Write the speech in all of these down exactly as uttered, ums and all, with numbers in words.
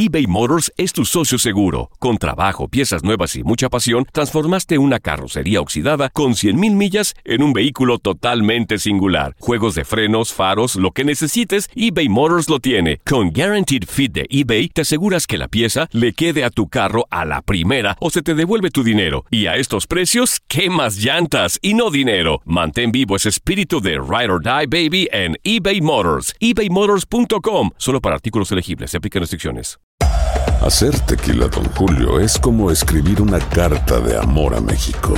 eBay Motors es tu socio seguro. Con trabajo, piezas nuevas y mucha pasión, transformaste una carrocería oxidada con cien mil millas en un vehículo totalmente singular. Juegos de frenos, faros, lo que necesites, eBay Motors lo tiene. Con Guaranteed Fit de eBay, te aseguras que la pieza le quede a tu carro a la primera o se te devuelve tu dinero. Y a estos precios, ¿qué más llantas y no dinero? Mantén vivo ese espíritu de Ride or Die, baby, en eBay Motors. ebay motors punto com. Solo para artículos elegibles. Se aplican restricciones. Hacer tequila Don Julio es como escribir una carta de amor a México.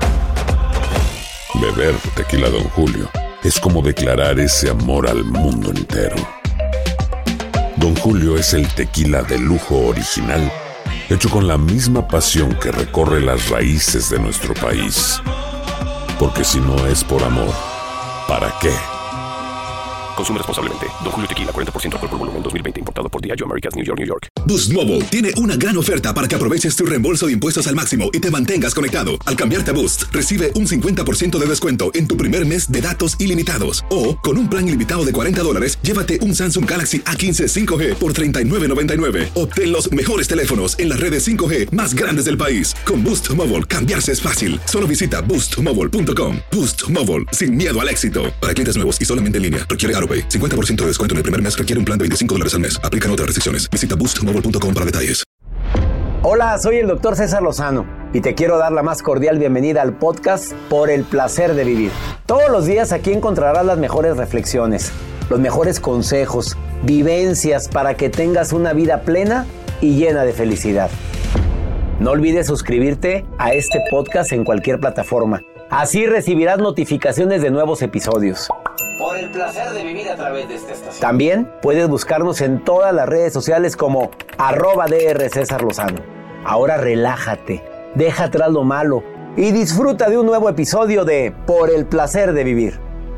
Beber tequila Don Julio es como declarar ese amor al mundo entero. Don Julio es el tequila de lujo original, hecho con la misma pasión que recorre las raíces de nuestro país. Porque si no es por amor, ¿para qué? Consume responsablemente. Don Julio Tequila, cuarenta por ciento alcohol por volumen, dos mil veinte. Importado por Diageo Americas, New York, New York. Boost Mobile tiene una gran oferta para que aproveches tu reembolso de impuestos al máximo y te mantengas conectado. Al cambiarte a Boost, recibe un cincuenta por ciento de descuento en tu primer mes de datos ilimitados. O, con un plan ilimitado de cuarenta dólares, llévate un Samsung Galaxy A quince cinco G por treinta y nueve noventa y nueve. Obtén los mejores teléfonos en las redes cinco G más grandes del país. Con Boost Mobile, cambiarse es fácil. Solo visita boost mobile punto com. Boost Mobile, sin miedo al éxito. Para clientes nuevos y solamente en línea, requiere AutoPay. cincuenta por ciento de descuento en el primer mes requiere un plan de veinticinco dólares al mes. Aplican otras restricciones. Visita boost mobile punto com para detalles. Hola, soy el doctor César Lozano y te quiero dar la más cordial bienvenida al podcast Por el Placer de Vivir. Todos los días aquí encontrarás las mejores reflexiones, los mejores consejos, vivencias para que tengas una vida plena y llena de felicidad. No olvides suscribirte a este podcast en cualquier plataforma. Así recibirás notificaciones de nuevos episodios. Por el placer de vivir a través de esta estación. También puedes buscarnos en todas las redes sociales como arroba DR César Lozano. Ahora relájate, deja atrás lo malo y disfruta de un nuevo episodio de Por el Placer de Vivir.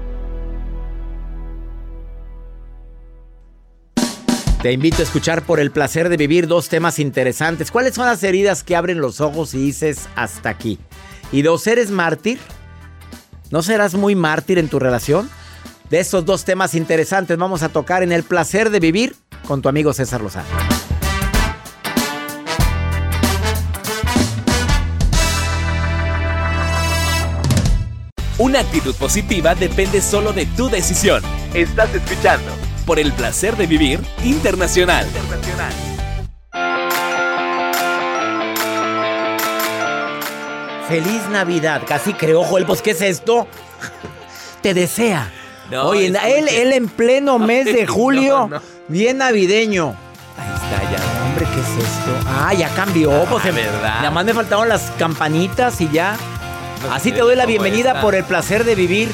Te invito a escuchar Por el Placer de Vivir dos temas interesantes. ¿Cuáles son las heridas que abren los ojos y dices hasta aquí? Y dos, ¿eres mártir? ¿No serás muy mártir en tu relación? De estos dos temas interesantes vamos a tocar en El Placer de Vivir con tu amigo César Lozano. Una actitud positiva depende solo de tu decisión. Estás escuchando Por el Placer de Vivir Internacional. Internacional. Feliz Navidad. Casi creo, Joel, pues ¿qué es esto? Te desea. No, Oye, él, que... él en pleno mes de julio, no, no. bien navideño. Ahí está ya, hombre, ¿qué es esto? Ah, ya cambió, ah, pues verdad. Nada más me faltaron las campanitas y ya. No Así te doy la bienvenida está. Por el placer de vivir.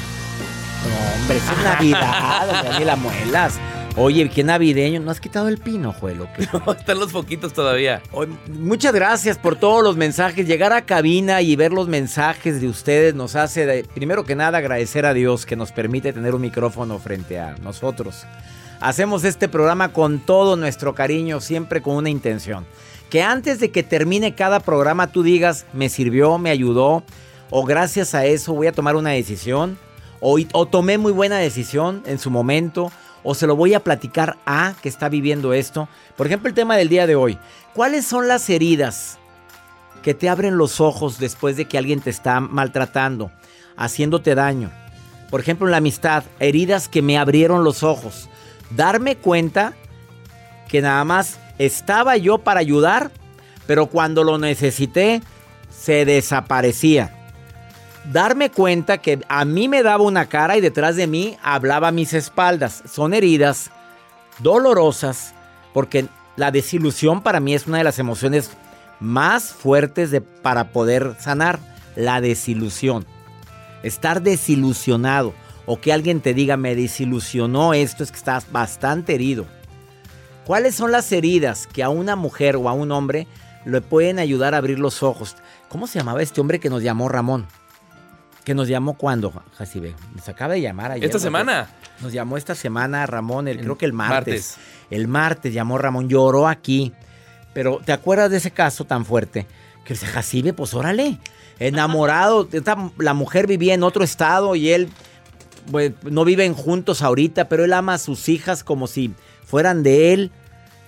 No, hombre, es Navidad, ya ni la muelas. Oye, qué navideño. ¿No has quitado el pino, Juelo? No, están los foquitos todavía. Oye, muchas gracias por todos los mensajes. Llegar a cabina y ver los mensajes de ustedes nos hace, de, primero que nada, agradecer a Dios que nos permite tener un micrófono frente a nosotros. Hacemos este programa con todo nuestro cariño, siempre con una intención. Que antes de que termine cada programa tú digas, me sirvió, me ayudó, o gracias a eso voy a tomar una decisión, o, o tomé muy buena decisión en su momento, o se lo voy a platicar a que está viviendo esto. Por ejemplo, el tema del día de hoy. ¿Cuáles son las heridas que te abren los ojos después de que alguien te está maltratando, haciéndote daño? Por ejemplo, en la amistad, heridas que me abrieron los ojos. Darme cuenta que nada más estaba yo para ayudar, pero cuando lo necesité, se desaparecía. Darme cuenta que a mí me daba una cara y detrás de mí hablaba a mis espaldas. Son heridas dolorosas porque la desilusión para mí es una de las emociones más fuertes de, para poder sanar. La desilusión. Estar desilusionado o que alguien te diga me desilusionó esto es que estás bastante herido. ¿Cuáles son las heridas que a una mujer o a un hombre le pueden ayudar a abrir los ojos? ¿Cómo se llamaba este hombre que nos llamó Ramón? ¿Que nos llamó cuándo, Jacibe? Nos acaba de llamar ayer. ¿Esta semana? Nos llamó esta semana Ramón, el, el, creo que el martes. martes. El martes llamó Ramón, lloró aquí. Pero ¿te acuerdas de ese caso tan fuerte? Que dice, Jacibe, pues órale, enamorado. Esta, la mujer vivía en otro estado y él, pues, no viven juntos ahorita, pero él ama a sus hijas como si fueran de él.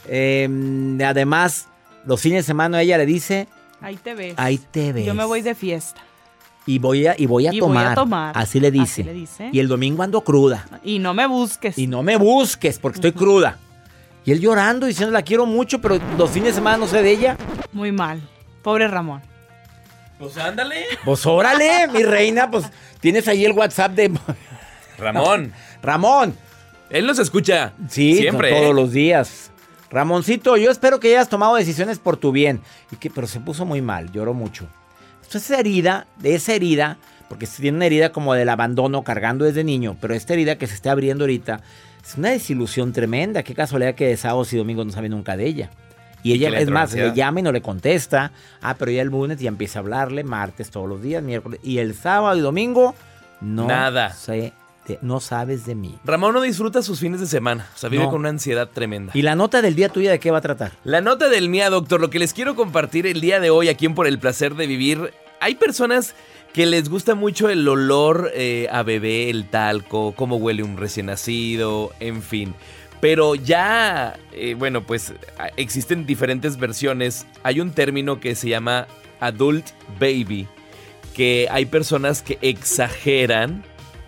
Eh, además, los fines de semana ella le dice... Ahí te ves. Ahí te ves. Yo me voy de fiesta. Y voy a, y voy a, y tomar. voy a tomar. Así le dice. Así le dice. Y el domingo ando cruda. Y no me busques. Y no me busques porque estoy uh-huh. cruda. Y él llorando, diciendo, la quiero mucho, pero los fines de semana no sé de ella. Muy mal. Pobre Ramón. Pues ándale. Pues órale, mi reina, pues tienes ahí el WhatsApp de... Ramón. No, Ramón. Él nos escucha. Sí, siempre. Todos ¿eh? los días. Ramoncito, yo espero que hayas tomado decisiones por tu bien. Y que, pero se puso muy mal, lloró mucho. Entonces esa herida, de esa herida, porque tiene una herida como del abandono cargando desde niño, pero esta herida que se está abriendo ahorita, es una desilusión tremenda. Qué casualidad que de sábados y domingos no sabe nunca de ella. Y ella, es más, le llama y no le contesta. Ah, pero ya el lunes ya empieza a hablarle, martes todos los días, miércoles. Y el sábado y domingo, no Nada. sé. Te, no sabes de mí. Ramón no disfruta sus fines de semana. O sea, vive no. con una ansiedad tremenda. ¿Y la nota del día tuya de qué va a tratar? La nota del mía, doctor. Lo que les quiero compartir el día de hoy aquí en Por el Placer de Vivir. Hay personas que les gusta mucho el olor eh, a bebé, el talco, cómo huele un recién nacido, en fin. Pero ya, eh, bueno, pues existen diferentes versiones. Hay un término que se llama adult baby, que hay personas que exageran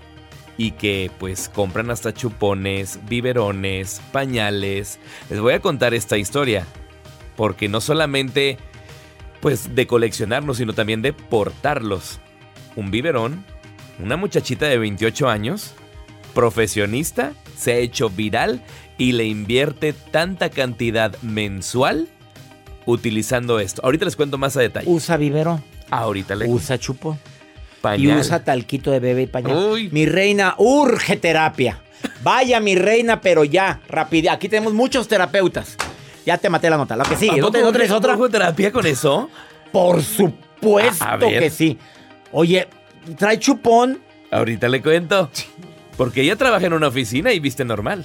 y que pues compran hasta chupones, biberones, pañales. Les voy a contar esta historia, porque no solamente pues de coleccionarlos, sino también de portarlos. Un biberón, una muchachita de veintiocho años, profesionista, se ha hecho viral y le invierte tanta cantidad mensual utilizando esto. Ahorita les cuento más a detalle. ¿Usa biberón? Ahorita le ¿Usa chupón? Pañal. Y usa talquito de bebé y pañal. Uy. Mi reina, urge terapia. Vaya, mi reina, pero ya, rápido. Aquí tenemos muchos terapeutas. Ya te maté la nota. Lo que sigue. ¿No, te, ¿no traes otra? ¿Hago terapia con eso? Por supuesto a, a que sí. Oye, trae chupón. Ahorita le cuento. Porque ella trabaja en una oficina y viste normal.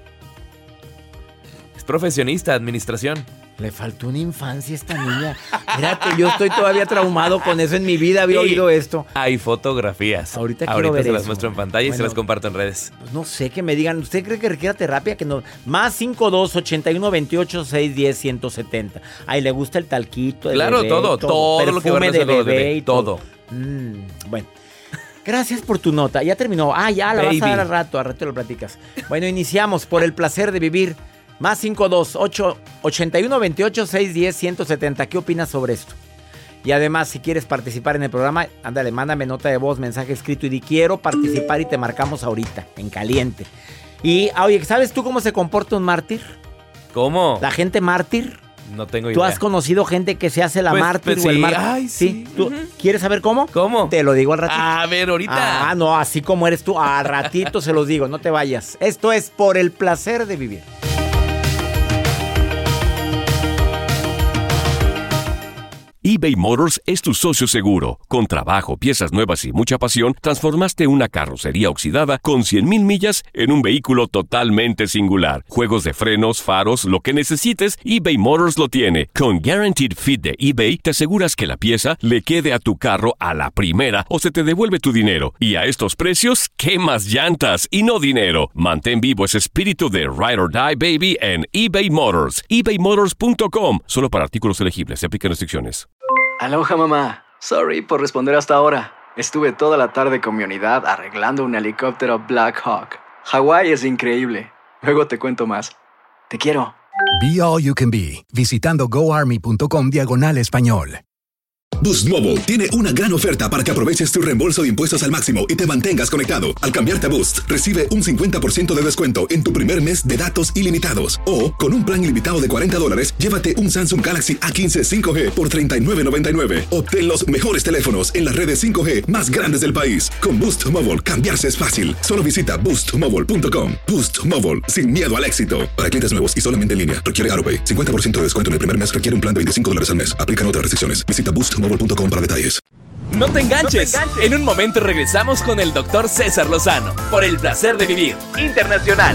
Es profesionista, administración. Le faltó una infancia a esta niña. Fíjate, yo estoy todavía traumado con eso. En mi vida había y oído esto. Hay fotografías. Ahorita quiero Ahorita ver se eso. las muestro en pantalla bueno, y se las comparto en redes. Pues no sé, que me digan. ¿Usted cree que requiera terapia? Que no. Más cinco dos, ochenta y uno, veintiocho, seiscientos diez, ciento setenta. Ay, le gusta el talquito de claro, bebé. Todo, todo, todo lo que va a de bebé, de bebé y todo. todo. Mm, bueno. Gracias por tu nota. Ya terminó. Ah, ya la Baby. vas a dar al rato. Al rato lo platicas. Bueno, iniciamos por el placer de vivir. Más cinco dos, ocho, ochenta y uno, veintiocho, seiscientos diez, ciento setenta. ¿Qué opinas sobre esto? Y además, si quieres participar en el programa, ándale, mándame nota de voz, mensaje escrito y di quiero participar y te marcamos ahorita, en caliente. Y, oye, ¿sabes tú cómo se comporta un mártir? ¿Cómo? La gente mártir. No tengo idea. ¿Tú has conocido gente que se hace la pues, mártir pues, o el sí. mártir? Ay, sí. ¿Sí? ¿Tú uh-huh. quieres saber cómo? ¿Cómo? Te lo digo al ratito. A ver, ahorita. Ah, no, así como eres tú, al ratito se los digo, no te vayas. Esto es Por el Placer de Vivir. eBay Motors es tu socio seguro. Con trabajo, piezas nuevas y mucha pasión, transformaste una carrocería oxidada con cien mil millas en un vehículo totalmente singular. Juegos de frenos, faros, lo que necesites, eBay Motors lo tiene. Con Guaranteed Fit de eBay, te aseguras que la pieza le quede a tu carro a la primera o se te devuelve tu dinero. Y a estos precios, ¿qué más llantas y no dinero? Mantén vivo ese espíritu de Ride or Die, baby, en eBay Motors. ebay motors punto com. Solo para artículos elegibles. Se aplican restricciones. Aloha, mamá. Sorry por responder hasta ahora. Estuve toda la tarde con mi unidad arreglando un helicóptero Black Hawk. Hawái es increíble. Luego te cuento más. Te quiero. Be All You Can Be, visitando goarmy.com diagonal español. Boost Mobile tiene una gran oferta para que aproveches tu reembolso de impuestos al máximo y te mantengas conectado. Al cambiarte a Boost, recibe un cincuenta por ciento de descuento en tu primer mes de datos ilimitados. O, con un plan ilimitado de cuarenta dólares, llévate un Samsung Galaxy A quince cinco G por treinta y nueve noventa y nueve. Obtén los mejores teléfonos en las redes cinco G más grandes del país. Con Boost Mobile, cambiarse es fácil. Solo visita boost mobile punto com. Boost Mobile, sin miedo al éxito. Para clientes nuevos y solamente en línea, requiere AutoPay. cincuenta por ciento de descuento en el primer mes requiere un plan de veinticinco dólares al mes. Aplican otras restricciones. Visita boost mobile punto com para detalles. No te enganches. No te enganches. En un momento regresamos con el doctor César Lozano por el placer de vivir internacional.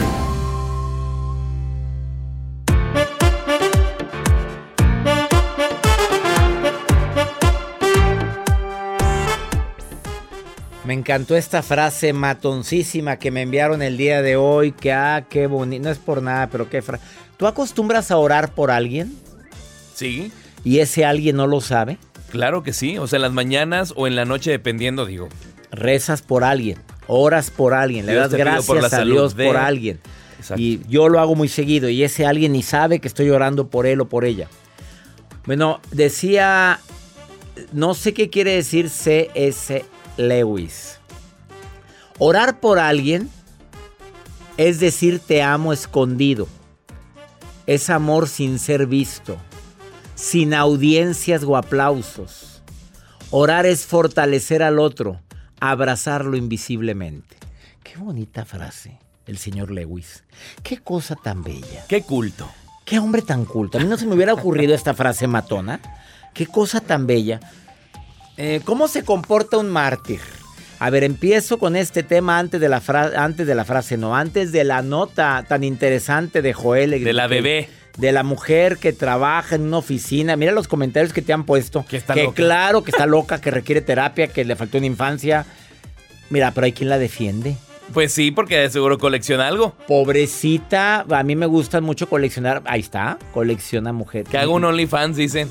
Me encantó esta frase matoncísima que me enviaron el día de hoy. Que, ah, qué bonito. No es por nada, pero qué frase. ¿Tú acostumbras a orar por alguien? Sí. ¿Y ese alguien no lo sabe? Claro que sí. O sea, en las mañanas o en la noche, dependiendo, digo. Rezas por alguien, oras por alguien, le Dios das gracias a Dios de... por alguien. Exacto. Y yo lo hago muy seguido y ese alguien ni sabe que estoy orando por él o por ella. Bueno, decía, no sé qué quiere decir C S Lewis. Orar por alguien es decir te amo escondido. Es amor sin ser visto, sin audiencias o aplausos. Orar es fortalecer al otro, abrazarlo invisiblemente. Qué bonita frase, el señor Lewis. Qué cosa tan bella. Qué culto. Qué hombre tan culto. A mí no se me hubiera ocurrido esta frase matona. Qué cosa tan bella. Eh, ¿Cómo se comporta un mártir? A ver, empiezo con este tema antes de la, fra- antes de la frase, no, antes de la nota tan interesante de Joel. De la bebé. De la mujer que trabaja en una oficina. Mira los comentarios que te han puesto. Que está que loca. Claro, que está loca, que requiere terapia, que le faltó una infancia. Mira, pero hay quien la defiende. Pues sí, porque de seguro colecciona algo. Pobrecita, a mí me gusta mucho coleccionar. Ahí está, colecciona mujer. Que haga un OnlyFans, dicen.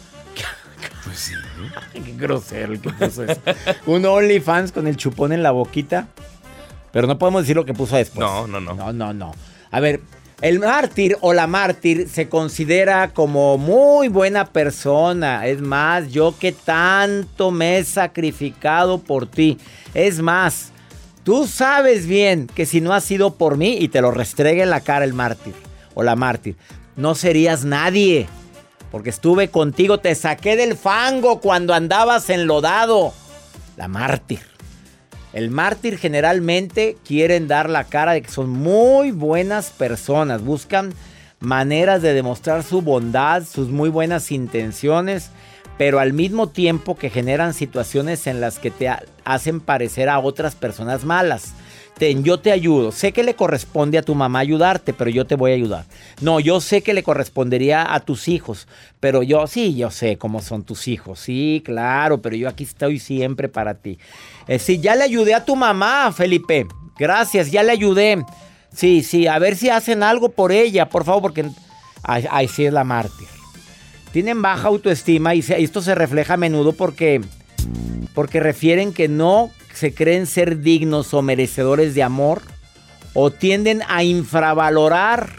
Pues sí. Qué grosero el que puso eso. Un OnlyFans con el chupón en la boquita. Pero no podemos decir lo que puso después. No, no, no. No, no, no. A ver, el mártir o la mártir se considera como muy buena persona. Es más, yo que tanto me he sacrificado por ti. Es más, tú sabes bien que si no ha sido por mí, y te lo restregue en la cara el mártir o la mártir, no serías nadie. Porque estuve contigo, te saqué del fango cuando andabas enlodado. La mártir. El mártir generalmente quieren dar la cara de que son muy buenas personas. Buscan maneras de demostrar su bondad, sus muy buenas intenciones, pero al mismo tiempo que generan situaciones en las que te hacen parecer a otras personas malas. Ten, yo te ayudo. Sé que le corresponde a tu mamá ayudarte, pero yo te voy a ayudar. No, yo sé que le correspondería a tus hijos, pero yo, sí, yo sé cómo son tus hijos. Sí, claro, pero yo aquí estoy siempre para ti. Eh, sí, ya le ayudé a tu mamá, Felipe. Gracias, ya le ayudé. Sí, sí, a ver si hacen algo por ella, por favor, porque... Ay, ay sí es la mártir. Tienen baja autoestima y se, esto se refleja a menudo porque... Porque refieren que no se creen ser dignos o merecedores de amor o tienden a infravalorar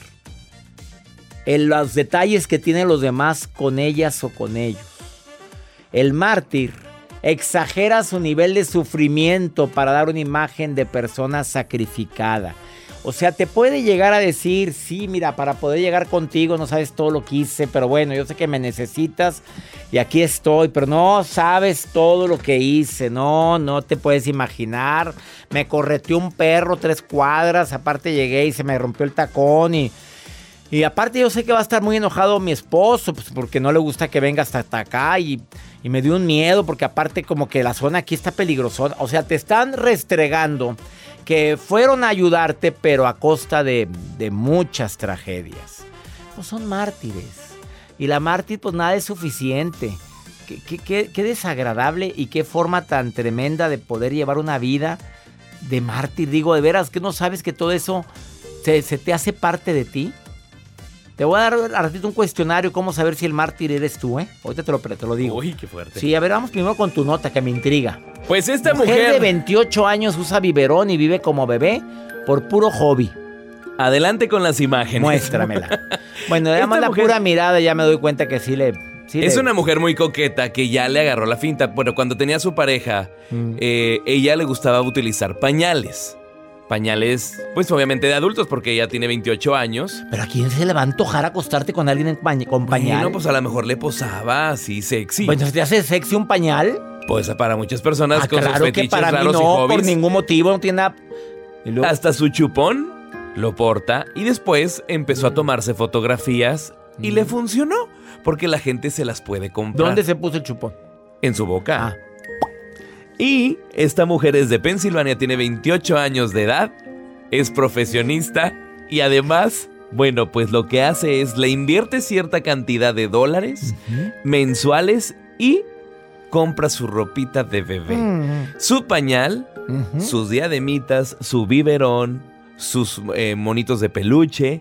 en los detalles que tienen los demás con ellas o con ellos. El mártir exagera su nivel de sufrimiento para dar una imagen de persona sacrificada. O sea, te puede llegar a decir, sí, mira, para poder llegar contigo no sabes todo lo que hice, pero bueno, yo sé que me necesitas y aquí estoy, pero no sabes todo lo que hice, no, no te puedes imaginar. Me correteó un perro tres cuadras, aparte llegué y se me rompió el tacón y... Y aparte yo sé que va a estar muy enojado mi esposo, pues porque no le gusta que venga hasta, hasta acá y, y me dio un miedo porque aparte como que la zona aquí está peligrosa. O sea, te están restregando que fueron a ayudarte, pero a costa de, de muchas tragedias. Pues son mártires. Y la mártir, pues nada es suficiente. Qué, qué, qué, qué desagradable y qué forma tan tremenda de poder llevar una vida de mártir. Digo, de veras, que no sabes que todo eso se, se te hace parte de ti. Te voy a dar a ratito un cuestionario, cómo saber si el mártir eres tú, ¿eh? Ahorita te lo, te lo digo. Uy, qué fuerte. Sí, a ver, vamos primero con tu nota, que me intriga. Pues esta mujer... mujer... de veintiocho años usa biberón y vive como bebé por puro hobby. Adelante con las imágenes. Muéstramela. Bueno, además la mujer... pura mirada ya me doy cuenta que sí le... Sí es le... una mujer muy coqueta que ya le agarró la finta. Bueno, cuando tenía a su pareja, mm. eh, ella le gustaba utilizar pañales. Pañales, pues obviamente de adultos, porque ella tiene veintiocho años. ¿Pero a quién se le va a antojar acostarte con alguien en pañ- con pañal? Bueno, pues a lo mejor le posaba así sexy. Bueno, ¿te hace sexy un pañal? Pues para muchas personas ah, con claro sus fetiches que para raros mí no, y hobbies. por ningún motivo, no tiene nada... Luego... Hasta su chupón lo porta y después empezó a tomarse fotografías mm. y le funcionó, porque la gente se las puede comprar. ¿Dónde se puso el chupón? En su boca. Ah. Y esta mujer es de Pensilvania, tiene veintiocho años de edad, es profesionista y además, bueno, pues lo que hace es le invierte cierta cantidad de dólares uh-huh. mensuales y compra su ropita de bebé, uh-huh. su pañal, uh-huh. sus diademitas, su biberón, sus eh, monitos de peluche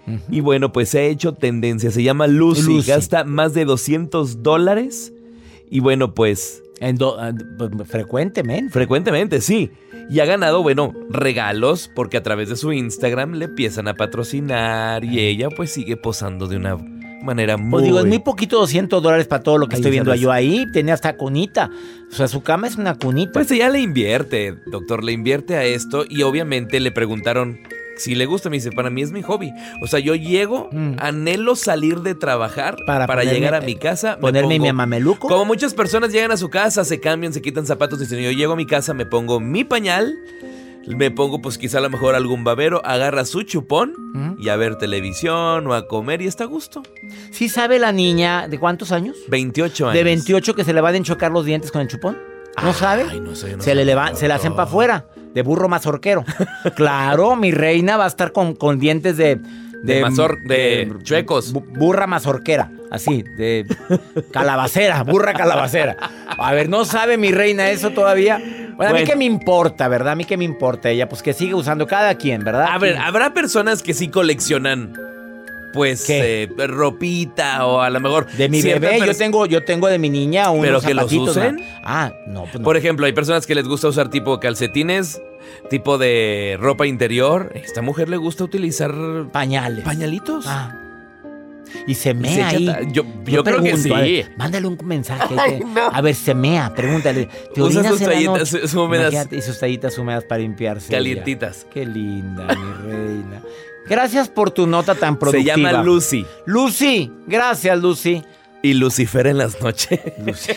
Uh-huh. Y bueno, pues se ha hecho tendencia. Se llama Lucy. Lucy. Gasta más de doscientos dólares. Y bueno, pues... En do, frecuentemente. Frecuentemente, sí. Y ha ganado, bueno, regalos porque a través de su Instagram le empiezan a patrocinar y ella pues sigue posando de una manera muy... Pues digo, es muy poquito doscientos dólares para todo lo que ahí estoy viendo yo ahí. Tenía hasta cunita. O sea, su cama es una cunita. Pues ella le invierte, doctor, le invierte a esto y obviamente le preguntaron... Si le gusta, me dice, para mí es mi hobby. O sea, yo llego, mm. anhelo salir de trabajar para, para ponerme, llegar a mi casa. Ponerme mi mameluco. Como muchas personas llegan a su casa, se cambian, se quitan zapatos. Dicen, yo llego a mi casa, me pongo mi pañal, me pongo pues quizá a lo mejor algún babero, agarra su chupón ¿Mm? y a ver televisión o a comer y está a gusto. ¿Sí sabe la niña de cuántos años? veintiocho años. ¿De veintiocho que se le van a enchocar los dientes con el chupón? ¿No sabe? Ay, no sé, no se, le leva, se la hacen para afuera, de burro mazorquero. Claro, mi reina va a estar con, con dientes de... De, de, mazor, de, de chuecos. Burra mazorquera, así, de calabacera, burra calabacera. A ver, ¿no sabe mi reina eso todavía? Bueno, bueno, a mí qué me importa, ¿verdad? A mí qué me importa ella, pues que sigue usando cada quien, ¿verdad? A ver, habrá personas que sí coleccionan... Pues eh, ropita o a lo mejor de mi bebé, pers- yo tengo yo tengo de mi niña unos pero que los usen. ¿No? Ah, no, pues no. Por ejemplo, hay personas que les gusta usar tipo calcetines, tipo de ropa interior. A esta mujer le gusta utilizar pañales, pañalitos. Ah. Y se mea ahí. Ta- yo yo, yo creo que sí. Ver, mándale un mensaje. Ay, no. A ver, se mea, pregúntale. ¿Te usa sus toallitas húmedas y sus toallitas húmedas para limpiarse. Calientitas. Qué linda, mi reina. Gracias por tu nota tan productiva. Se llama Lucy. Lucy, gracias, Lucy. Y Lucifer en las noches. Lucy.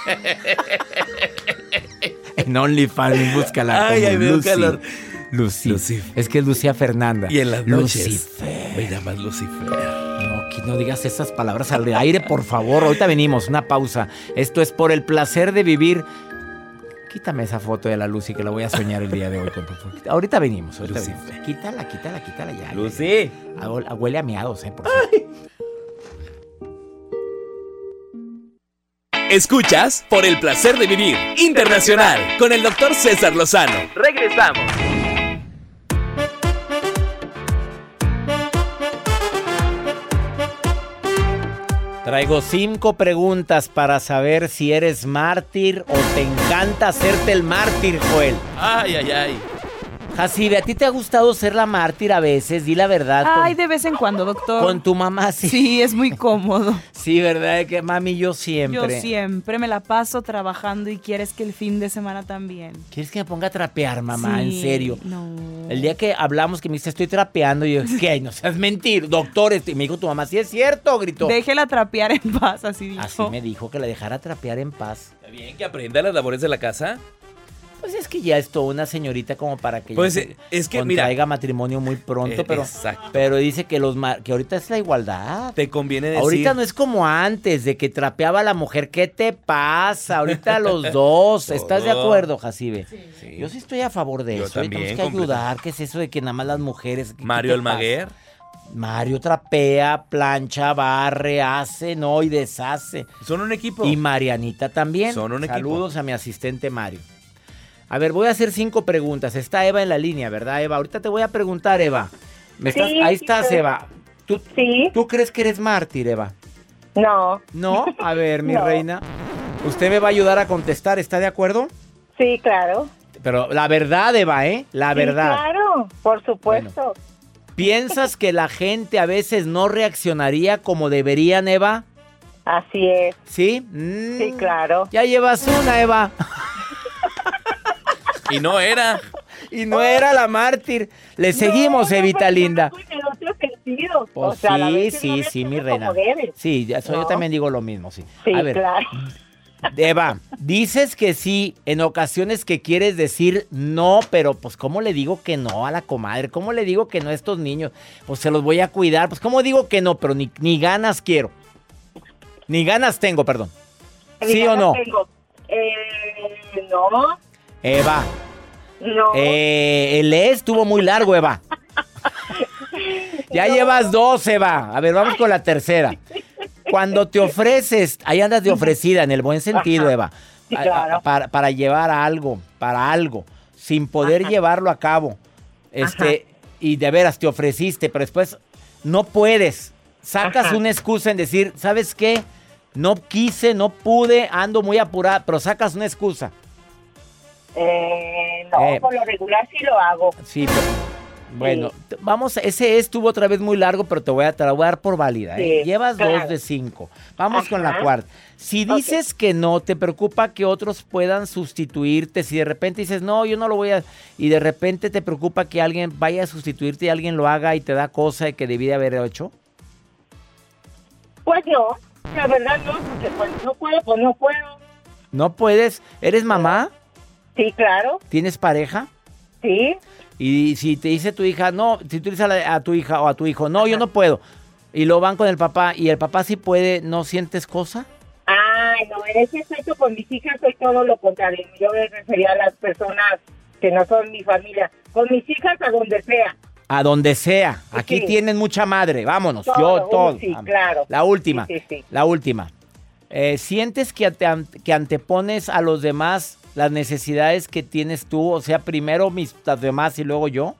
En OnlyFans, búscala. Ay, ay, me Lucy. calor. Lucy. Lucifer. Es que es Lucía Fernanda. Y en las noches. Lucifer. Me llamas Lucifer. No, que no digas esas palabras al aire, por favor. Ahorita venimos, una pausa. Esto es Por el Placer de Vivir. Quítame esa foto de la Lucy que la voy a soñar el día de hoy. Con tu... Ahorita venimos. Ahorita venimos. Quítala, quítala, quítala ya. Lucy. Ya, ya. Huele a miados, ¿eh? Por favor. Escuchas Por el Placer de Vivir Internacional con el doctor César Lozano. Regresamos. Traigo cinco preguntas para saber si eres mártir o te encanta hacerte el mártir, Joel. Ay, ay, ay. Jacibe, ¿a ti te ha gustado ser la mártir a veces? Di la verdad. Ay, con, de vez en cuando, doctor. Con tu mamá, sí. Sí, es muy cómodo. Sí, ¿verdad? Que mami, yo siempre. Yo siempre me la paso trabajando y quieres que el fin de semana también. ¿Quieres que me ponga a trapear, mamá? Sí, ¿En serio? No. El día que hablamos que me dice, estoy trapeando, y yo, ¿qué? No seas mentir, doctor. Y me dijo tu mamá, sí es cierto, gritó. Déjela trapear en paz, así dijo. Así me dijo, que la dejara trapear en paz. Está bien, que aprenda las labores de la casa. Pues es que ya es toda una señorita como para que pues ya es que contraiga mira, matrimonio muy pronto, eh, pero exacto. pero dice que los que ahorita es la igualdad. Te conviene decir. Ahorita no es como antes de que trapeaba a la mujer. ¿Qué te pasa? Ahorita los dos. ¿Estás de acuerdo, Jacibe? Sí. sí. Yo sí estoy a favor de Yo eso. También, Tenemos que ayudar. ¿Qué es eso de que nada más las mujeres? Mario Almaguer. Mario trapea, plancha, barre, hace, no, y deshace. Son un equipo. Y Marianita también. Son un equipo. Saludos a mi asistente Mario. A ver, voy a hacer cinco preguntas. Está Eva en la línea, ¿verdad, Eva? Ahorita te voy a preguntar, Eva. ¿Me estás? Sí, Ahí estás, sí. Eva. ¿Tú, sí. ¿Tú crees que eres mártir, Eva? No. ¿No? A ver, mi no. reina. Usted me va a ayudar a contestar, ¿está de acuerdo? Sí, claro. Pero la verdad, Eva, ¿eh? La sí, verdad. Claro, por supuesto. Bueno, ¿piensas que la gente a veces no reaccionaría como deberían, Eva? Así es. ¿Sí? Mm, sí, claro. Ya llevas una, Eva. Y no era. Y no era la mártir. Le no, seguimos, no, Evita linda. En otro sentido. Pues o sea, sí, sí, no sí, mi reina. Sí, eso ¿no? Yo también digo lo mismo, sí. Sí, a ver, claro. Eva, dices que sí, en ocasiones que quieres decir no, pero pues ¿cómo le digo que no a la comadre? ¿Cómo le digo que no a estos niños? Pues se los voy a cuidar. Pues ¿cómo digo que no? Pero ni, ni ganas quiero. Ni ganas tengo, perdón. Ni ¿Sí o no? Tengo. Eh, no. Eva. No. Eh, el E estuvo muy largo, Eva. Ya no. Llevas dos, Eva. A ver, vamos con la tercera. Cuando te ofreces, ahí andas de ofrecida, en el buen sentido, ajá. Eva. Sí, claro. a, a, para, para llevar algo, para algo, sin poder ajá. llevarlo a cabo. Este, ajá. Y de veras te ofreciste, pero después no puedes. Sacas Ajá. una excusa en decir, ¿sabes qué? No quise, no pude, ando muy apurada, pero sacas una excusa. Eh, no, Eh. por lo regular sí lo hago. Sí, pero, bueno, t- vamos, ese estuvo otra vez muy largo, pero te voy a, te la voy a dar por válida. ¿eh? Sí, Llevas claro. dos de cinco. Vamos Ajá. con la cuarta. Si dices que no, te preocupa que otros puedan sustituirte. Si de repente dices, no, yo no lo voy a... Y de repente te preocupa que alguien vaya a sustituirte y alguien lo haga y te da cosa de que debí de haber hecho. Pues no, la verdad no, porque pues no puedo, pues no puedo. No puedes. ¿Eres mamá? Sí, claro, ¿Tienes pareja? sí. Y si te dice tu hija, no, si tú dices a, la- a tu hija o a tu hijo, no, yo no puedo. Y lo van con el papá y el papá sí puede, ¿no sientes cosa? Ay, no, en ese aspecto con mis hijas soy todo lo contrario. Yo me refería a las personas que no son mi familia. Con mis hijas a donde sea. A donde sea. Aquí Sí. tienen mucha madre. Vámonos. Todo, Yo, todo. sí, Vamos. claro. La última. Sí, sí, sí. La última. Eh, ¿Sientes que, ante- que antepones a los demás las necesidades que tienes tú? O sea, primero mis, las demás y luego yo.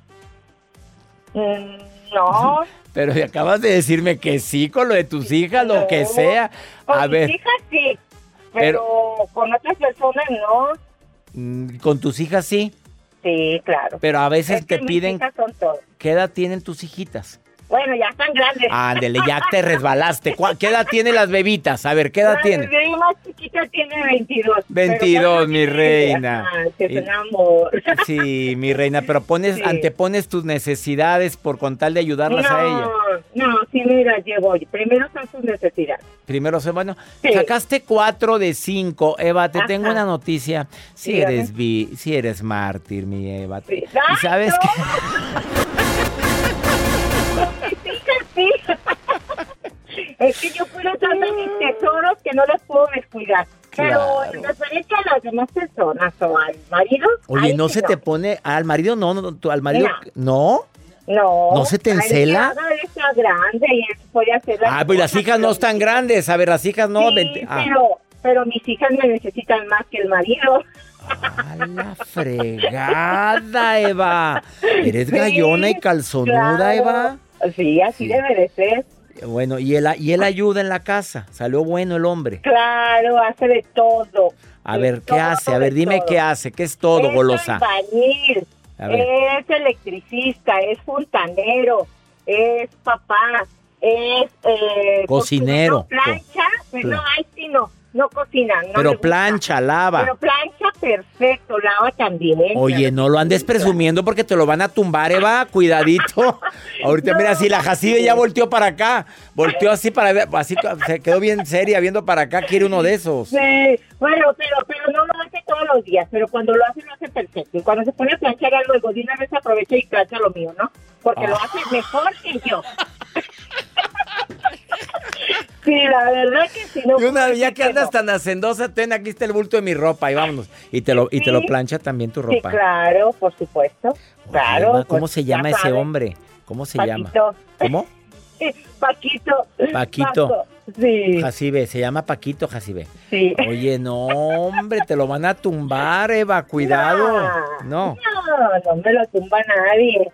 Mm, no. Pero acabas de decirme que sí con lo de tus hijas, lo que No. sea. Con A mis ver, hijas sí, pero, con otras personas no. mm, con tus hijas sí, Sí, claro. pero a veces Es que te mis piden... hijas son todo. ¿Qué edad tienen tus hijitas? Bueno, ya están grandes. Ándele, ya te resbalaste. ¿Cuál- ¿Qué edad tienen las bebitas? A ver, ¿qué edad La tienen? bebé más chiquita tiene veintidós. veintidós, mi reina. Ay, que es Y- un amor. Sí, mi reina, pero pones, Sí. antepones tus necesidades por con tal de ayudarlas a ella. No, no, sí me las llevo. Primero son sus necesidades. Primero, se- bueno, Sí. sacaste cuatro de cinco. Eva, te Ajá. tengo una noticia. Si Dígame. eres vi, si eres mártir, mi Eva. Sí. ¿Y ¡Ay, sabes no! qué? Mis hijas sí. Es que yo puedo tratar mis tesoros que no los puedo descuidar. Claro. Pero en referencia a las demás personas o al marido. Oye, ahí ¿no sí se te pone al marido? No, no, no, tú- al marido. ¿No? No. ¿No se te Ay, encela? nada, él está grande y él puede hacer las Ah, pues las cosas, hijas no pero- están grandes. A ver, las hijas no. Sí, vente- ah. pero, pero mis hijas me necesitan más que el marido. A la fregada, Eva. Eres Sí, gallona y calzonuda, claro. Eva. Sí, así Sí. debe de ser. Bueno, y él, y él ayuda en la casa. Salió bueno el hombre. Claro, hace de todo. A De ver, ¿qué todo, hace? A de ver, dime todo. qué hace. ¿Qué es todo, Es golosa? albañil, A ver. es electricista, es fontanero, es papá, es... Eh, Cocinero. no plancha, pero no, ay, sí, no, no cocina. No le Pero gusta. plancha, lava. Pero plancha perfecto, lava también. Oye, no lo andes presumiendo porque te lo van a tumbar, Eva. Cuidadito. Ahorita, No. mira, si la Jacibe ya volteó para acá. Volteó así para ver, así se quedó bien seria viendo para acá. Quiere uno de esos. Sí, bueno, pero, pero no lo hace todos los días, pero cuando lo hace, lo hace perfecto. Y cuando se pone a planchar algo, de una vez aprovecha y plancha lo mío, ¿no? Porque lo Ah. hace mejor que yo. Sí, la verdad que sí. No Y una vez, ya que no. andas tan hacendosa, ten, aquí está el bulto de mi ropa y vámonos. Y te lo, y te lo Sí. plancha también tu Sí, ropa. claro, por supuesto. Claro. Eva, ¿cómo pues, se ya llama ese sabes. hombre? ¿Cómo se llama? Paquito. ¿Cómo? Paquito. Paquito. Paco. Sí. Jacibe, se llama Paquito, Jacibe. Sí. Oye, no, hombre, te lo van a tumbar, Eva, cuidado. No. No, no me lo tumba nadie.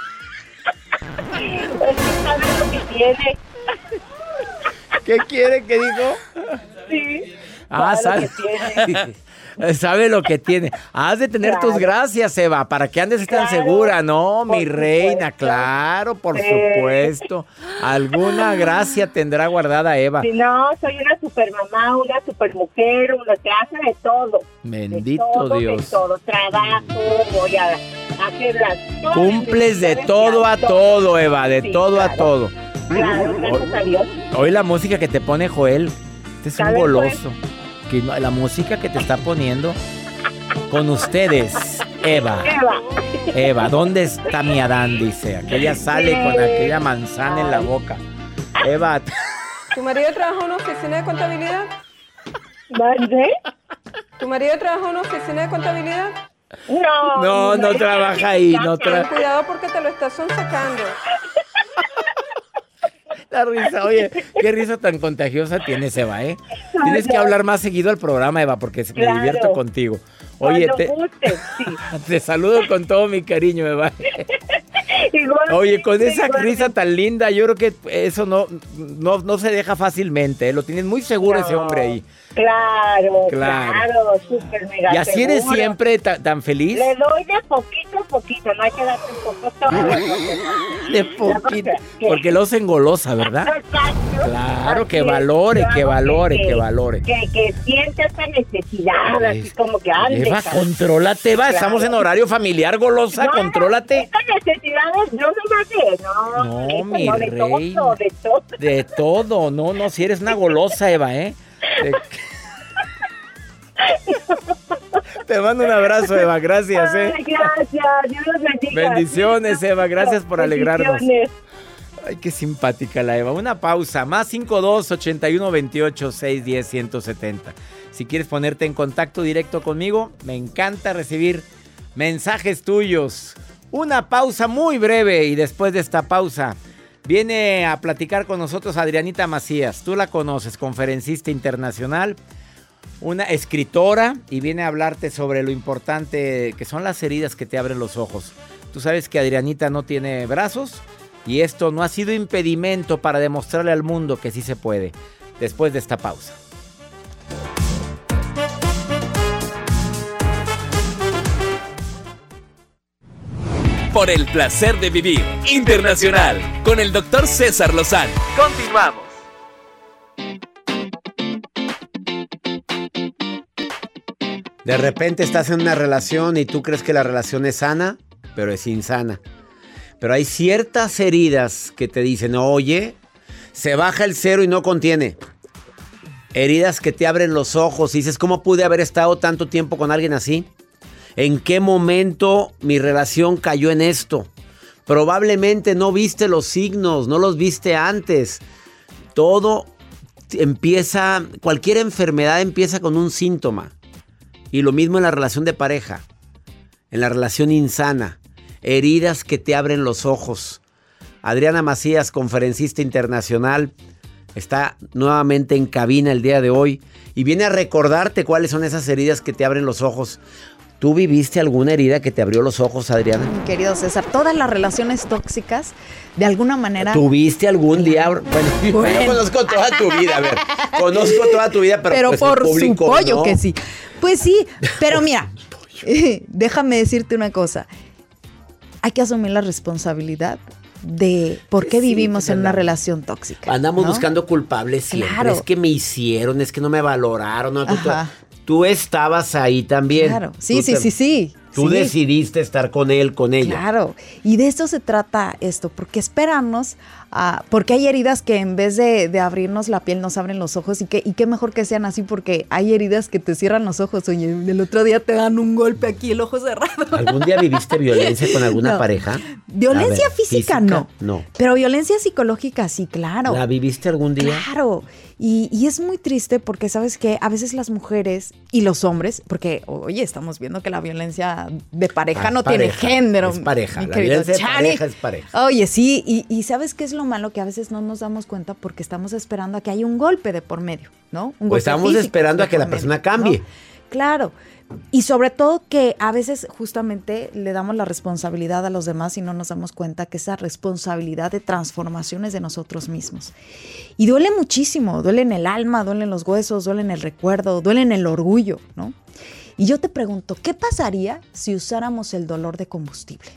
Es que sabe lo que tiene. ¿Qué quiere que dijo? Sí. Ah, sabe sabe. lo que tiene. Sabe lo que tiene. Has de tener Claro. tus gracias, Eva, para que andes tan Claro, segura, ¿no? Mi por reina, supuesto. claro, por Sí. supuesto. Alguna gracia tendrá guardada Eva. Si no, soy una super mamá, una super mujer, una que hace de todo. Bendito de todo, Dios. De todo, trabajo, voy a hacer las cosas. Cumples de todo a todo, Eva, de Sí, todo a claro. todo. Claro, gracias a Dios. Hoy la música que te pone Joel, este es un ¿Sabes, goloso. Que no- la música que te está poniendo con ustedes, Eva. Eva. Eva, ¿dónde está mi Adán? Dice, aquella sale con aquella manzana en la boca. Eva, ¿Tu marido trabaja en una oficina de contabilidad? ¿Mande? ¿Tu marido trabaja en una oficina de contabilidad? No. no, no trabaja ahí, no Ten trabaja. cuidado porque te lo estás sacando. La risa, oye, qué risa tan contagiosa tienes, Eva, ¿eh? Tienes que hablar más seguido al programa, Eva, porque me Claro. divierto contigo. Oye, Cuando te, guste, sí. te saludo con todo mi cariño, Eva. Igual, Oye, con esa igual. risa tan linda, yo creo que eso no, no, no se deja fácilmente, ¿eh? Lo tienes muy seguro No, ese hombre ahí. Claro, Claro. claro, súper mega ¿Y así eres seguro. siempre ta- tan feliz? Le doy de poquito a poquito, no hay que darte un poco todo. De poquito. Porque lo hacen golosa, ¿verdad? Exacto. Claro, que Así es, valore, que claro, valore, que- que valore. Que, que siente esa necesidad, así como que ande. Eva, cabrón. contrólate, Eva. Claro. Estamos en horario familiar, golosa, No, contrólate. Estas necesidades no se me hace, no. No, eso mi no, de rey. todo, de todo. De todo, no, no, si eres una golosa, Eva, ¿eh? De- Te mando un abrazo, Eva, gracias, ¿eh? Ay, gracias, Dios los bendiga. Bendiciones, Eva, gracias por alegrarnos. Bendiciones. Ay, qué simpática la Eva. Una pausa, más cinco dos, ochenta y uno, veintiocho, seiscientos diez, ciento setenta. Si quieres ponerte en contacto directo conmigo, me encanta recibir mensajes tuyos. Una pausa muy breve y después de esta pausa viene a platicar con nosotros Adrianita Macías. Tú la conoces, conferencista internacional, una escritora, y viene a hablarte sobre lo importante que son las heridas que te abren los ojos. Tú sabes que Adrianita no tiene brazos y esto no ha sido impedimento para demostrarle al mundo que sí se puede. Después de esta pausa. Por el placer de vivir internacional con el doctor César Lozano. Continuamos. De repente estás en una relación y tú crees que la relación es sana, pero es insana. Pero hay ciertas heridas que te dicen, oye, se baja el cero y no contiene. Heridas que te abren los ojos y dices, ¿cómo pude haber estado tanto tiempo con alguien así? ¿En qué momento mi relación cayó en esto? Probablemente no viste los signos, no los viste antes. Todo empieza, cualquier enfermedad empieza con un síntoma. Y lo mismo en la relación de pareja, en la relación insana, heridas que te abren los ojos. Adriana Macías, conferencista internacional, está nuevamente en cabina el día de hoy y viene a recordarte cuáles son esas heridas que te abren los ojos. ¿Tú viviste alguna herida que te abrió los ojos, Adriana? Mi querido César, todas las relaciones tóxicas, de alguna manera... ¿Tuviste algún día? Bueno, yo Bueno. conozco toda tu vida, a ver, conozco toda tu vida, pero, Pero pues por el público, su pollo ¿no? que sí. Pues sí, pero mira, eh, déjame decirte una cosa. Hay que asumir la responsabilidad de por qué Sí, vivimos pues, en una andamos- relación tóxica. Andamos ¿no? buscando culpables siempre. Claro. Es que me hicieron, es que no me valoraron. No, tú, tú- Ajá. tú estabas ahí también. Claro, sí, Tú sí, te- sí, sí. Tú sí. decidiste estar con él, con ella. Claro, y de esto se trata esto, porque esperarnos, a, porque hay heridas que en vez de, de abrirnos la piel nos abren los ojos y que y qué mejor que sean así porque hay heridas que te cierran los ojos, oye, el otro día te dan un golpe aquí, el ojo cerrado. ¿Algún día viviste violencia con alguna No. pareja? Violencia A ver, física, no. No. Pero violencia psicológica sí, claro. ¿La viviste algún día? Claro, y, y es muy triste porque sabes que a veces las mujeres y los hombres, porque oye, estamos viendo que la violencia de pareja Ah, no es pareja, tiene género. es pareja, mi la querido violencia de Chani. pareja es pareja. Oye, sí, y, y ¿sabes qué es lo malo? Que a veces no nos damos cuenta porque estamos esperando a que haya un golpe de por medio, ¿no? Un O golpe estamos físico esperando de a que la por persona medio, cambie. ¿no? Claro. Y sobre todo que a veces justamente le damos la responsabilidad a los demás y no nos damos cuenta que esa responsabilidad de transformación es de nosotros mismos. Y duele muchísimo, duele en el alma, duele en los huesos, duele en el recuerdo, duele en el orgullo, ¿no? Y yo te pregunto, ¿qué pasaría si usáramos el dolor de combustible?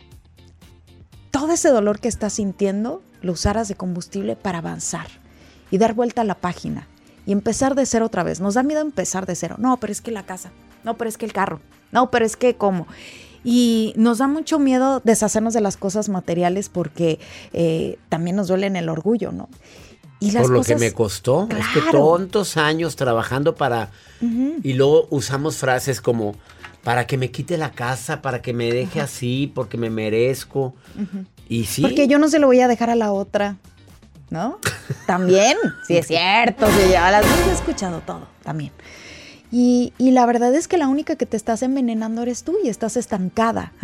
Todo ese dolor que estás sintiendo lo usaras de combustible para avanzar y dar vuelta a la página y empezar de cero otra vez. Nos da miedo empezar de cero. No, pero es que la casa. No, pero es que el carro. No, pero es que cómo. Y nos da mucho miedo deshacernos de las cosas materiales porque eh, también nos duele en el orgullo, ¿no? Y las Por lo cosas, que me costó. Es que Claro. tantos años trabajando para... Ujú. Y luego usamos frases como, para que me quite la casa, para que me deje así, porque me merezco. Ujú. Y sí. Porque yo no se lo voy a dejar a la otra, ¿no? También, sí es cierto, sí, a las veces he escuchado todo, también. Y, y la verdad es que la única que te estás envenenando eres tú y estás estancada ahí,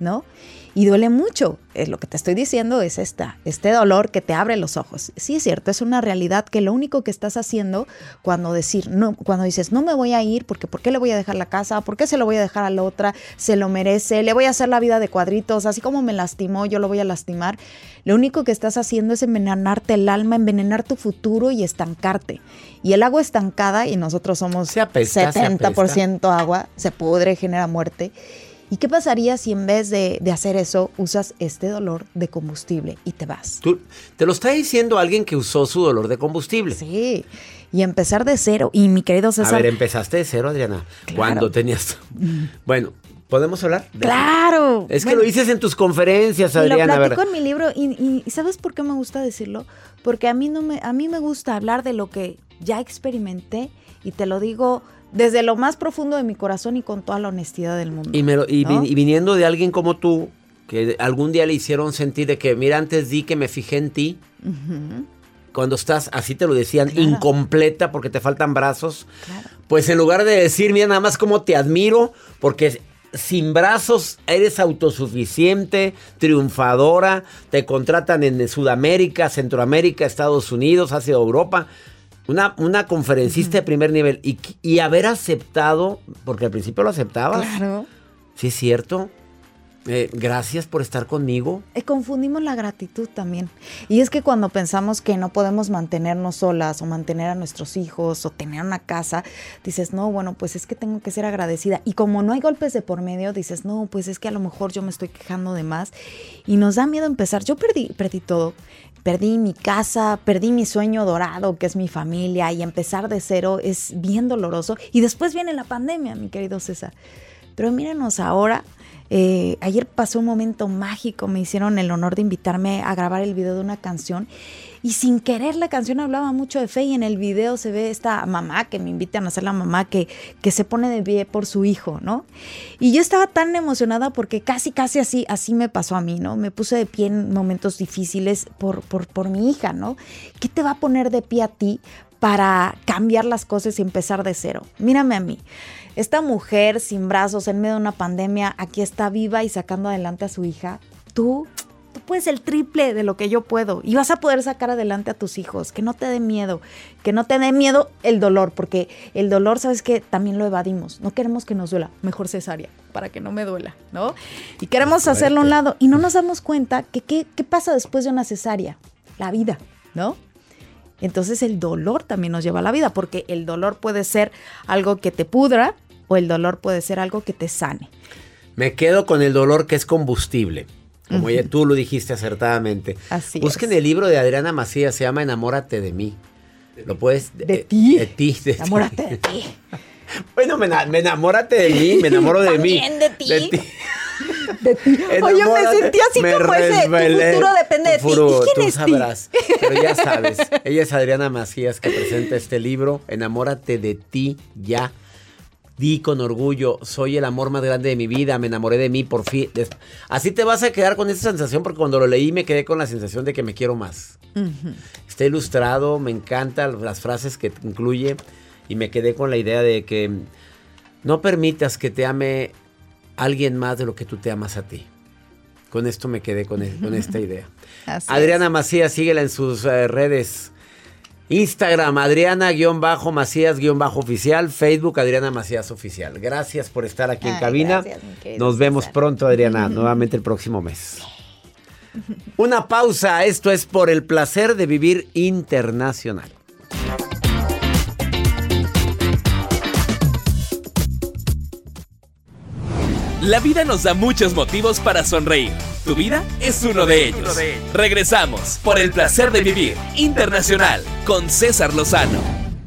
¿no? Y duele mucho. Es lo que te estoy diciendo es esta, este dolor que te abre los ojos. Sí, es cierto, es una realidad que lo único que estás haciendo cuando, decir, no, cuando dices, no me voy a ir, porque ¿por qué le voy a dejar la casa? ¿Por qué se lo voy a dejar a la otra? Se lo merece, le voy a hacer la vida de cuadritos, así como me lastimó, yo lo voy a lastimar. Lo único que estás haciendo es envenenarte el alma, envenenar tu futuro y estancarte. Y el agua estancada, y nosotros somos se apesta, setenta por ciento se agua, se pudre, genera muerte. ¿Y qué pasaría si en vez de, de hacer eso usas este dolor de combustible y te vas? Tú, te lo está diciendo alguien que usó su dolor de combustible. Sí, y empezar de cero. Y mi querido César... A ver, empezaste de cero, Adriana. Claro. Cuando tenías... Bueno, ¿podemos hablar? ¡Claro! Es que bueno, lo dices en tus conferencias, Adriana. Lo platico ¿verdad? en mi libro y, y ¿sabes por qué me gusta decirlo? Porque a mí, no me, a mí me gusta hablar de lo que ya experimenté y te lo digo... desde lo más profundo de mi corazón y con toda la honestidad del mundo. Y, me lo, y, ¿no? vi, y viniendo de alguien como tú, que algún día le hicieron sentir de que, mira, antes di que me fijé en ti. Uh-huh. Cuando estás, así te lo decían, claro. incompleta porque te faltan brazos. Claro. Pues en lugar de decir, mira, nada más como te admiro, porque sin brazos eres autosuficiente, triunfadora, te contratan en Sudamérica, Centroamérica, Estados Unidos, hacia Europa. Una, una conferencista uh-huh. de primer nivel y, y haber aceptado, porque al principio lo aceptabas. Claro. Sí, es cierto. Eh, gracias por estar conmigo. Eh, confundimos la gratitud también. Y es que cuando pensamos que no podemos mantenernos solas o mantener a nuestros hijos o tener una casa, dices, no, bueno, pues es que tengo que ser agradecida. Y como no hay golpes de por medio, dices, no, pues es que a lo mejor yo me estoy quejando de más. Y nos da miedo empezar. Yo perdí, perdí todo. Perdí mi casa, perdí mi sueño dorado, que es mi familia, y empezar de cero es bien doloroso. Y después viene la pandemia, mi querido César. Pero míranos ahora, eh, ayer pasó un momento mágico, me hicieron el honor de invitarme a grabar el video de una canción. Y sin querer la canción hablaba mucho de fe y en el video se ve esta mamá que me invitan a ser la mamá que, que se pone de pie por su hijo, ¿no? Y yo estaba tan emocionada porque casi, casi así, así me pasó a mí, ¿no? Me puse de pie en momentos difíciles por, por, por mi hija, ¿no? ¿Qué te va a poner de pie a ti para cambiar las cosas y empezar de cero? Mírame a mí. Esta mujer sin brazos en medio de una pandemia, aquí está viva y sacando adelante a su hija. Tú... Tú puedes el triple de lo que yo puedo y vas a poder sacar adelante a tus hijos. Que no te dé miedo, que no te dé miedo el dolor, porque el dolor, ¿sabes qué? También lo evadimos. No queremos que nos duela, mejor cesárea, para que no me duela, ¿no? Y queremos hacerlo a un lado y no nos damos cuenta que ¿qué, qué pasa después de una cesárea? La vida, ¿no? Entonces el dolor también nos lleva a la vida, porque el dolor puede ser algo que te pudra o el dolor puede ser algo que te sane. Me quedo con el dolor que es combustible. Como ya tú lo dijiste acertadamente. Así Busquen es. el libro de Adriana Macías, se llama Enamórate de mí. Lo puedes... ¿De, de ti? De ti. De Enamórate ti. de ti. Bueno, me, me enamórate de mí, me enamoro de mí. También de ti. De ti. De ti. Oye, me sentí así me como ese, tu futuro depende de ti. Furu, ¿Y quién tú es sabrás. Ti? Pero ya sabes, ella es Adriana Macías que presenta este libro, Enamórate de ti ya. Di con orgullo, soy el amor más grande de mi vida, me enamoré de mí por fin. Así te vas a quedar con esa sensación, porque cuando lo leí me quedé con la sensación de que me quiero más. Uh-huh. Está ilustrado, me encantan las frases que incluye y me quedé con la idea de que no permitas que te ame alguien más de lo que tú te amas a ti. Con esto me quedé con, el, con esta idea. Así Adriana es. Macías, síguela en sus uh, redes. Instagram, Adriana-Macías-Oficial. Facebook, Adriana Macías Oficial. Gracias por estar aquí en Ay, cabina. gracias, Nos vemos pronto, Adriana, nuevamente el próximo mes. Una pausa. Esto es Por el Placer de Vivir Internacional. La vida nos da muchos motivos para sonreír. Tu vida es uno de ellos. Regresamos por el placer de vivir internacional con César Lozano.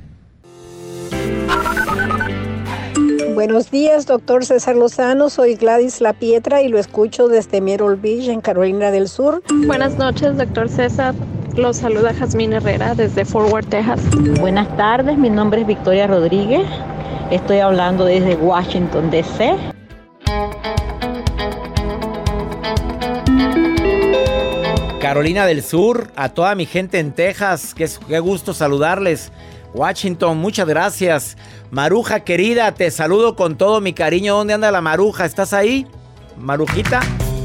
Buenos días, doctor César Lozano. Soy Gladys La Pietra y lo escucho desde Myrtle Beach, en Carolina del Sur. Buenas noches, doctor César. Los saluda Jazmín Herrera desde Fort Worth, Texas. Buenas tardes, mi nombre es Victoria Rodríguez. Estoy hablando desde Washington, D C Carolina del Sur, a toda mi gente en Texas, qué, qué gusto saludarles. Washington, muchas gracias. Maruja querida, te saludo con todo mi cariño. ¿Dónde anda la Maruja? ¿Estás ahí, Marujita?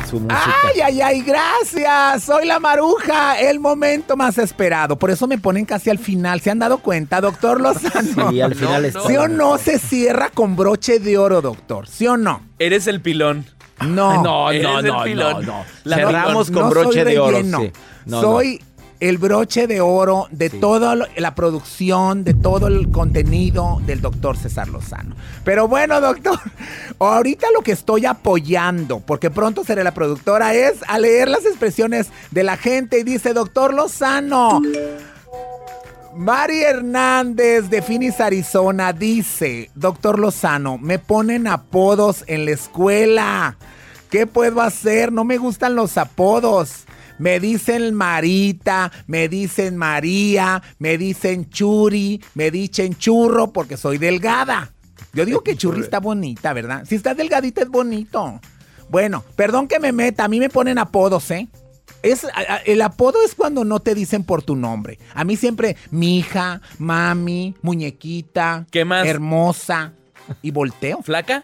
su música. Ay, ay, ay, gracias. Soy la Maruja, el momento más esperado. Por eso me ponen casi al final. ¿Se han dado cuenta, doctor Lozano? Sí, al final no, está. ¿Sí o no se cierra con broche de oro, doctor? ¿Sí o no? Eres el pilón. No. No, Eres no, el no, pilón. no, no. La Cerramos no con broche soy de oro. relleno. Sí. No, soy no. el broche de oro de Sí. toda la producción, de todo el contenido del doctor César Lozano. Pero bueno, doctor, ahorita lo que estoy apoyando, porque pronto seré la productora, es a leer las expresiones de la gente y dice, doctor Lozano, Mari Hernández de Phoenix, Arizona, dice, doctor Lozano, me ponen apodos en la escuela. ¿Qué puedo hacer? No me gustan los apodos. Me dicen Marita, me dicen María, me dicen Churi, me dicen Churro porque soy delgada. Yo digo que Churri está bonita, ¿verdad? Si está delgadita es bonito. Bueno, perdón que me meta, a mí me ponen apodos, ¿eh? Es, a, a, el apodo es cuando no te dicen por tu nombre. A mí siempre, mi hija, mami, muñequita, ¿qué más? Hermosa. Y volteo. ¿Flaca?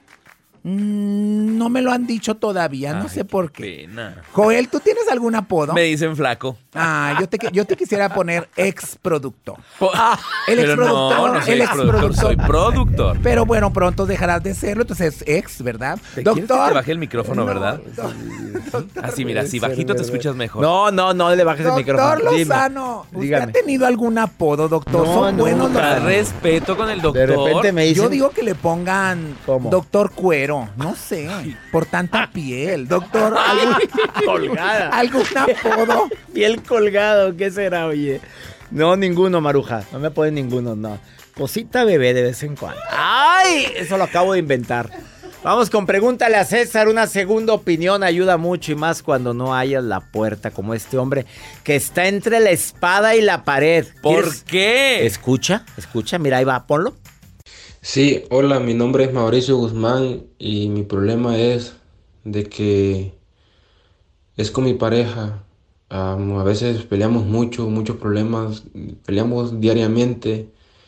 Mm, no me lo han dicho todavía, no Ay, sé por qué. Pena. Joel, ¿tú tienes algún apodo? Me dicen flaco. Ah, yo te, yo te quisiera poner ex productor. Po- Ah, el Pero ex productor, no, no soy el ex exproductor, productor. soy productor. Pero bueno, pronto dejarás de serlo, entonces ex, ¿verdad? ¿Te quieres que Doctor. te baje el micrófono, No, verdad? Así, mira, si bajito te escuchas mejor. No, no, no le bajes el micrófono. Doctor Dime. Lozano, ¿usted Dígame. ha tenido algún apodo, doctor? No, Son buenos Puta, los... respeto con el doctor. De repente me dicen. Yo digo que le pongan ¿Cómo? doctor cuero, no sé, por tanta piel. Doctor, ¿algún, Colgada. algún apodo? Piel colgado, ¿qué será, oye? No, ninguno, Maruja. No me ponen ninguno, no. Cosita bebé de vez en cuando. ¡Ay! Eso lo acabo de inventar. Vamos con Pregúntale a César. Una segunda opinión ayuda mucho y más cuando no hayas la puerta, como este hombre que está entre la espada y la pared. ¿Por ¿Quieres? qué? Escucha, escucha, mira, ahí va, ponlo. Sí, hola, mi nombre es Mauricio Guzmán y mi problema es de que es con mi pareja. Um, a veces peleamos mucho, muchos problemas, peleamos diariamente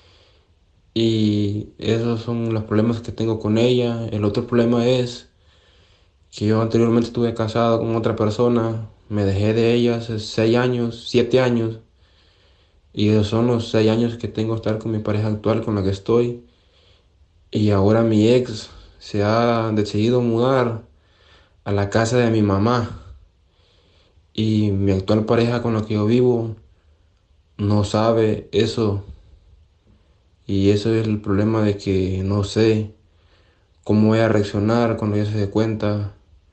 y esos son los problemas que tengo con ella. El otro problema es que yo anteriormente estuve casado con otra persona, me dejé de ella hace seis años, siete años y esos son los seis años que tengo que estar con mi pareja actual con la que estoy. Y ahora mi ex se ha decidido mudar a la casa de mi mamá. Y mi actual pareja con la que yo vivo no sabe eso. Y eso es el problema de que no sé cómo voy a reaccionar cuando ella se dé cuenta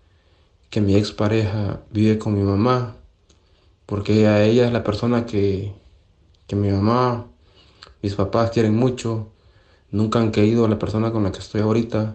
que mi ex pareja vive con mi mamá. Porque a ella es la persona que, que mi mamá, mis papás quieren mucho. Nunca han querido a la persona con la que estoy ahorita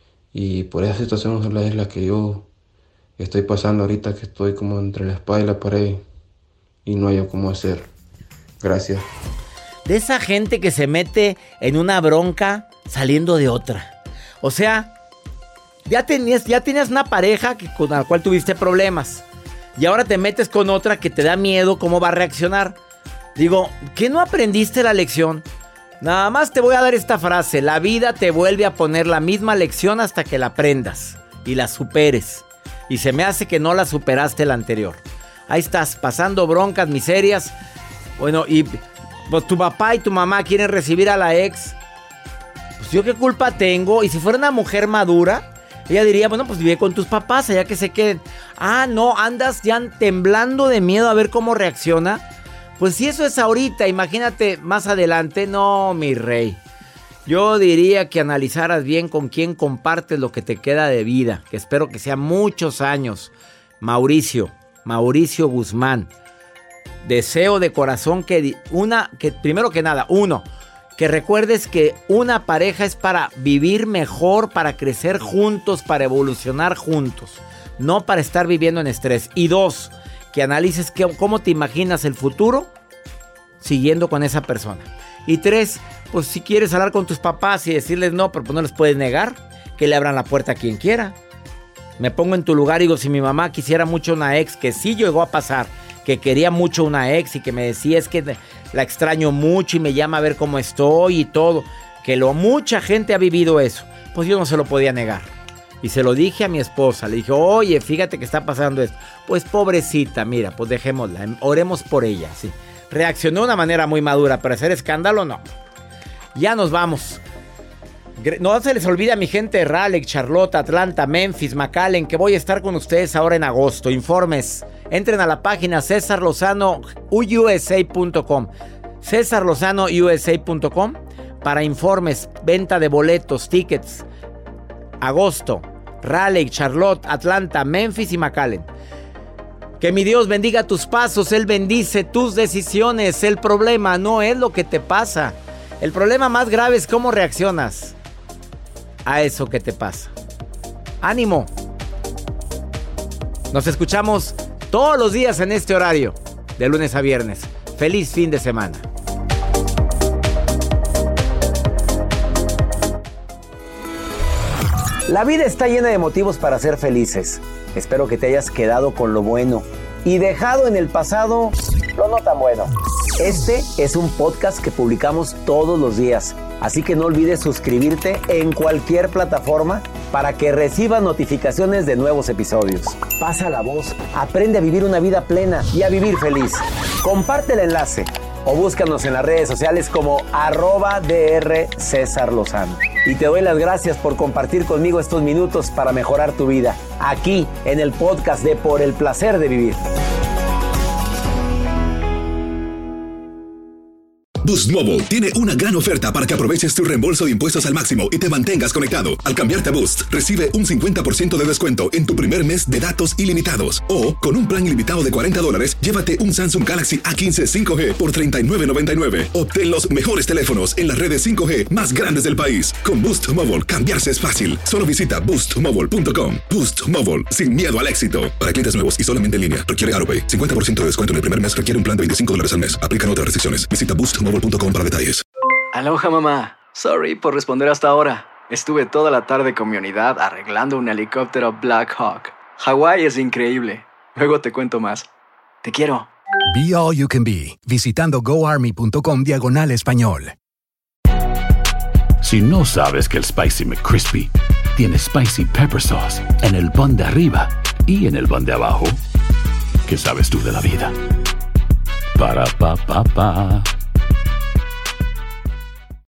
y por esa situación es la que yo estoy pasando ahorita, que estoy como entre la espada y la pared y no hay cómo hacer. Gracias. De esa gente que se mete en una bronca saliendo de otra. O sea, ya tenías, ya tenías una pareja que, con la cual tuviste problemas y ahora te metes con otra que te da miedo cómo va a reaccionar. Digo, ¿qué no aprendiste la lección? Nada más te voy a dar esta frase. La vida te vuelve a poner la misma lección hasta que la aprendas y la superes. Y se me hace que no la superaste la anterior. Ahí estás, pasando broncas, miserias. Bueno, y pues tu papá y tu mamá quieren recibir a la ex. Pues yo qué culpa tengo. Y si fuera una mujer madura, ella diría, bueno, pues vive con tus papás, allá que se queden. Ah, no, andas ya temblando de miedo a ver cómo reacciona. Pues si eso es ahorita, imagínate más adelante. No, mi rey. Yo diría que analizaras bien con quién compartes lo que te queda de vida. Que espero que sea muchos años. Mauricio, Mauricio Guzmán. Deseo de corazón que una, que primero que nada, uno, que recuerdes que una pareja es para vivir mejor, para crecer juntos, para evolucionar juntos. No para estar viviendo en estrés. Y dos, que analices que, cómo te imaginas el futuro siguiendo con esa persona. Y tres, pues si quieres hablar con tus papás y decirles no, pero pues no les puedes negar, que le abran la puerta a quien quiera. Me pongo en tu lugar y digo, si mi mamá quisiera mucho una ex, que sí llegó a pasar, que quería mucho una ex y que me decía es que la extraño mucho y me llama a ver cómo estoy y todo, que lo, mucha gente ha vivido eso, pues yo no se lo podía negar. Y se lo dije a mi esposa, le dije, oye, fíjate que está pasando esto. Pues pobrecita, mira, pues dejémosla, oremos por ella, sí. Reaccionó de una manera muy madura, pero hacer escándalo, no. Ya nos vamos. No se les olvide a mi gente de Raleigh, Charlotte, Atlanta, Memphis, McAllen, que voy a estar con ustedes ahora en agosto. Informes, entren a la página cesar lozano u s a punto com. cesar lozano u s a punto com para informes, venta de boletos, tickets. Agosto, Raleigh, Charlotte, Atlanta, Memphis y McAllen. Que mi Dios bendiga tus pasos, Él bendice tus decisiones. El problema no es lo que te pasa. El problema más grave es cómo reaccionas a eso que te pasa. ¡Ánimo! Nos escuchamos todos los días en este horario, de lunes a viernes. ¡Feliz fin de semana! La vida está llena de motivos para ser felices. Espero que te hayas quedado con lo bueno y dejado en el pasado lo no tan bueno. Este es un podcast que publicamos todos los días, así que no olvides suscribirte en cualquier plataforma para que recibas notificaciones de nuevos episodios. Pasa la voz, aprende a vivir una vida plena y a vivir feliz. Comparte el enlace o búscanos en las redes sociales como arroba dr César Lozano. Y te doy las gracias por compartir conmigo estos minutos para mejorar tu vida, aquí en el podcast de Por el Placer de Vivir. Boost Mobile tiene una gran oferta para que aproveches tu reembolso de impuestos al máximo y te mantengas conectado. Al cambiarte a Boost, recibe un cincuenta por ciento de descuento en tu primer mes de datos ilimitados. O, con un plan ilimitado de cuarenta dólares, llévate un Samsung Galaxy A quince cinco G por treinta y nueve noventa y nueve. Obtén los mejores teléfonos en las redes cinco G más grandes del país. Con Boost Mobile, cambiarse es fácil. Solo visita boost mobile punto com. Boost Mobile, sin miedo al éxito. Para clientes nuevos y solamente en línea, requiere AutoPay. cincuenta por ciento de descuento en el primer mes requiere un plan de veinticinco dólares al mes. Aplican otras restricciones. Visita boost mobile punto com para detalles. Aloha, mamá. Sorry por responder hasta ahora. Estuve toda la tarde con mi unidad arreglando un helicóptero Black Hawk. Hawái es increíble. Luego te cuento más. Te quiero. Be All You Can Be, visitando goarmy.com diagonal español. Si no sabes que el Spicy McCrispy tiene Spicy Pepper Sauce en el pan de arriba y en el pan de abajo, ¿qué sabes tú de la vida? Para, pa, pa, pa.